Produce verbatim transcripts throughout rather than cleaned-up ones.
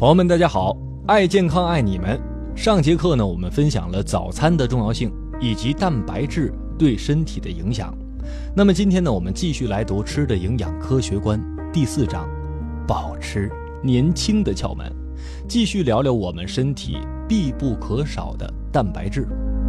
朋友们大家好，爱健康爱你们。上节课呢，我们分享了早餐的重要性以及蛋白质对身体的影响。那么今天呢，我们继续来读吃的营养科学观第四章，保持年轻的窍门，继续聊聊我们身体必不可少的蛋白质。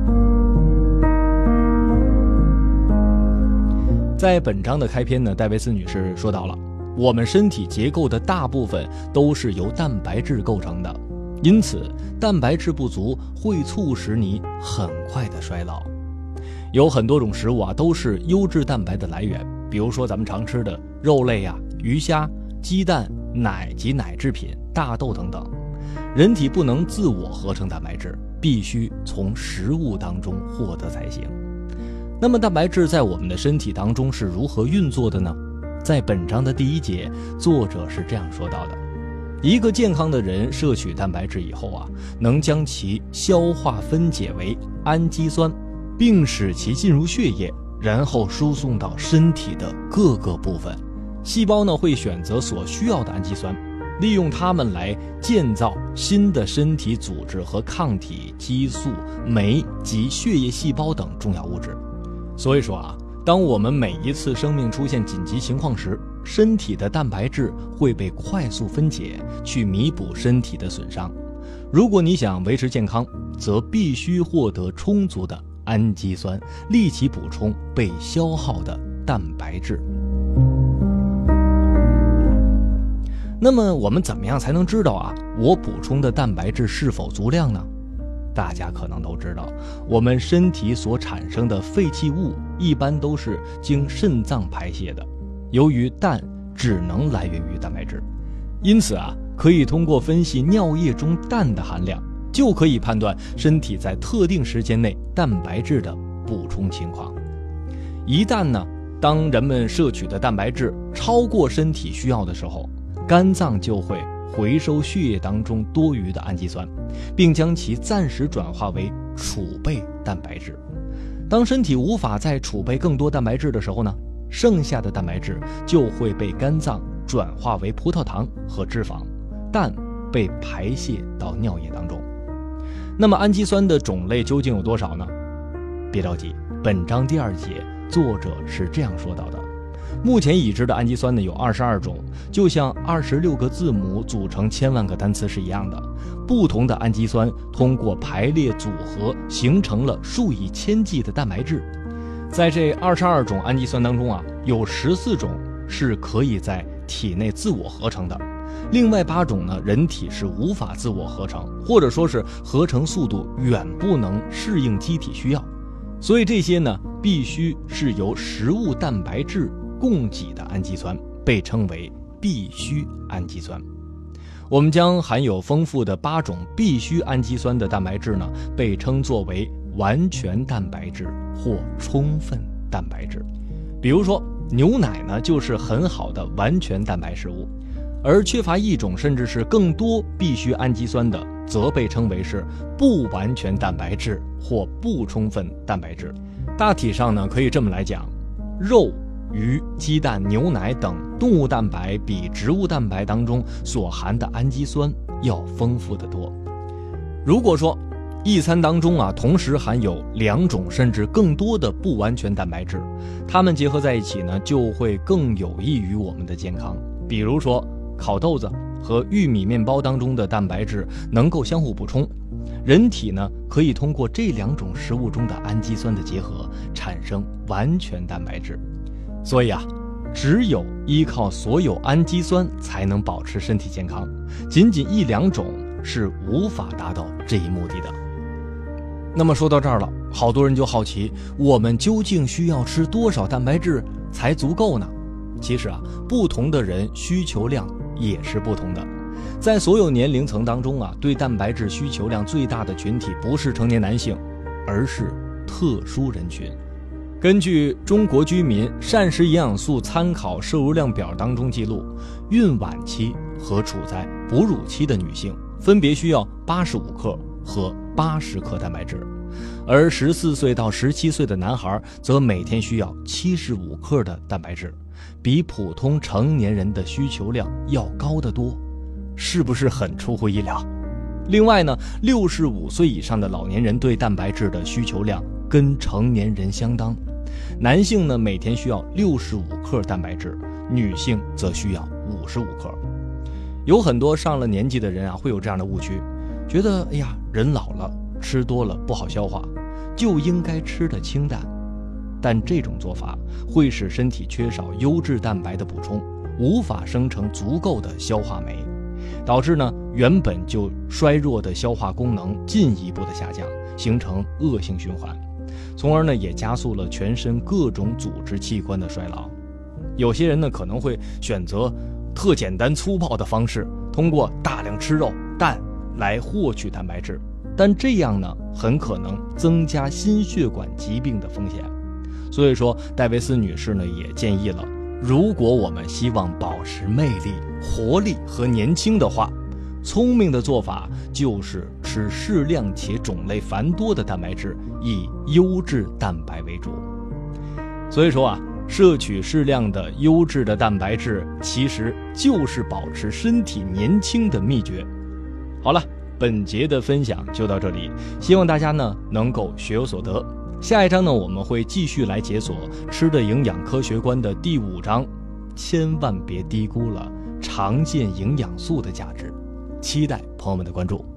在本章的开篇呢，戴维斯女士说到了，我们身体结构的大部分都是由蛋白质构成的，因此蛋白质不足会促使你很快的衰老。有很多种食物啊，都是优质蛋白的来源，比如说咱们常吃的肉类啊、鱼虾、鸡蛋、奶及奶制品、大豆等等。人体不能自我合成蛋白质，必须从食物当中获得才行。那么蛋白质在我们的身体当中是如何运作的呢？在本章的第一节，作者是这样说到的：一个健康的人摄取蛋白质以后啊，能将其消化分解为氨基酸，并使其进入血液，然后输送到身体的各个部分。细胞呢会选择所需要的氨基酸，利用它们来建造新的身体组织和抗体、激素、酶及血液细胞等重要物质。所以说啊，当我们每一次生命出现紧急情况时，身体的蛋白质会被快速分解，去弥补身体的损伤。如果你想维持健康，则必须获得充足的氨基酸，立即补充被消耗的蛋白质。那么我们怎么样才能知道啊，我补充的蛋白质是否足量呢？大家可能都知道，我们身体所产生的废弃物一般都是经肾脏排泄的。由于氮只能来源于蛋白质，因此啊，可以通过分析尿液中氮的含量，就可以判断身体在特定时间内蛋白质的补充情况。一旦呢，当人们摄取的蛋白质超过身体需要的时候，肝脏就会回收血液当中多余的氨基酸，并将其暂时转化为储备蛋白质。当身体无法再储备更多蛋白质的时候呢，剩下的蛋白质就会被肝脏转化为葡萄糖和脂肪，氮被排泄到尿液当中。那么氨基酸的种类究竟有多少呢？别着急，本章第二节作者是这样说到的：目前已知的氨基酸呢有二十二种，就像二十六个字母组成千万个单词是一样的。不同的氨基酸通过排列组合形成了数以千计的蛋白质。在这二十二种氨基酸当中啊，有十四种是可以在体内自我合成的，另外八种呢，人体是无法自我合成，或者说是合成速度远不能适应机体需要。所以这些呢，必须是由食物蛋白质供给的氨基酸，被称为必需氨基酸。我们将含有丰富的八种必需氨基酸的蛋白质呢，被称作为完全蛋白质或充分蛋白质。比如说牛奶呢，就是很好的完全蛋白食物，而缺乏一种甚至是更多必需氨基酸的，则被称为是不完全蛋白质或不充分蛋白质。大体上呢，可以这么来讲，肉、鱼、鸡蛋、牛奶等动物蛋白比植物蛋白当中所含的氨基酸要丰富得多。如果说一餐当中啊，同时含有两种甚至更多的不完全蛋白质，它们结合在一起呢，就会更有益于我们的健康。比如说烤豆子和玉米面包当中的蛋白质能够相互补充，人体呢可以通过这两种食物中的氨基酸的结合，产生完全蛋白质。所以啊，只有依靠所有氨基酸才能保持身体健康，仅仅一两种是无法达到这一目的的。那么说到这儿了，好多人就好奇，我们究竟需要吃多少蛋白质才足够呢？其实啊，不同的人需求量也是不同的。在所有年龄层当中啊，对蛋白质需求量最大的群体不是成年男性，而是特殊人群。根据中国居民膳食营养素参考摄入量表当中记录，孕晚期和处在哺乳期的女性分别需要八十五克和八十克蛋白质，而十四岁到十七岁的男孩则每天需要七十五克的蛋白质，比普通成年人的需求量要高得多。 是不是很出乎意料？另外呢，六十五岁以上的老年人对蛋白质的需求量跟成年人相当。男性呢每天需要六十五克蛋白质，女性则需要五十五克。有很多上了年纪的人啊，会有这样的误区，觉得哎呀，人老了吃多了不好消化，就应该吃得清淡。但这种做法会使身体缺少优质蛋白的补充，无法生成足够的消化酶，导致呢原本就衰弱的消化功能进一步的下降，形成恶性循环，从而呢也加速了全身各种组织器官的衰老。有些人呢可能会选择特简单粗暴的方式，通过大量吃肉蛋来获取蛋白质，但这样呢很可能增加心血管疾病的风险。所以说戴维斯女士呢也建议了，如果我们希望保持魅力、活力和年轻的话，聪明的做法就是吃适量且种类繁多的蛋白质，以优质蛋白为主。所以说啊，摄取适量的优质的蛋白质，其实就是保持身体年轻的秘诀。好了，本节的分享就到这里，希望大家呢能够学有所得。下一章呢，我们会继续来解锁吃的营养科学观的第五章，千万别低估了常见营养素的价值。期待朋友们的关注。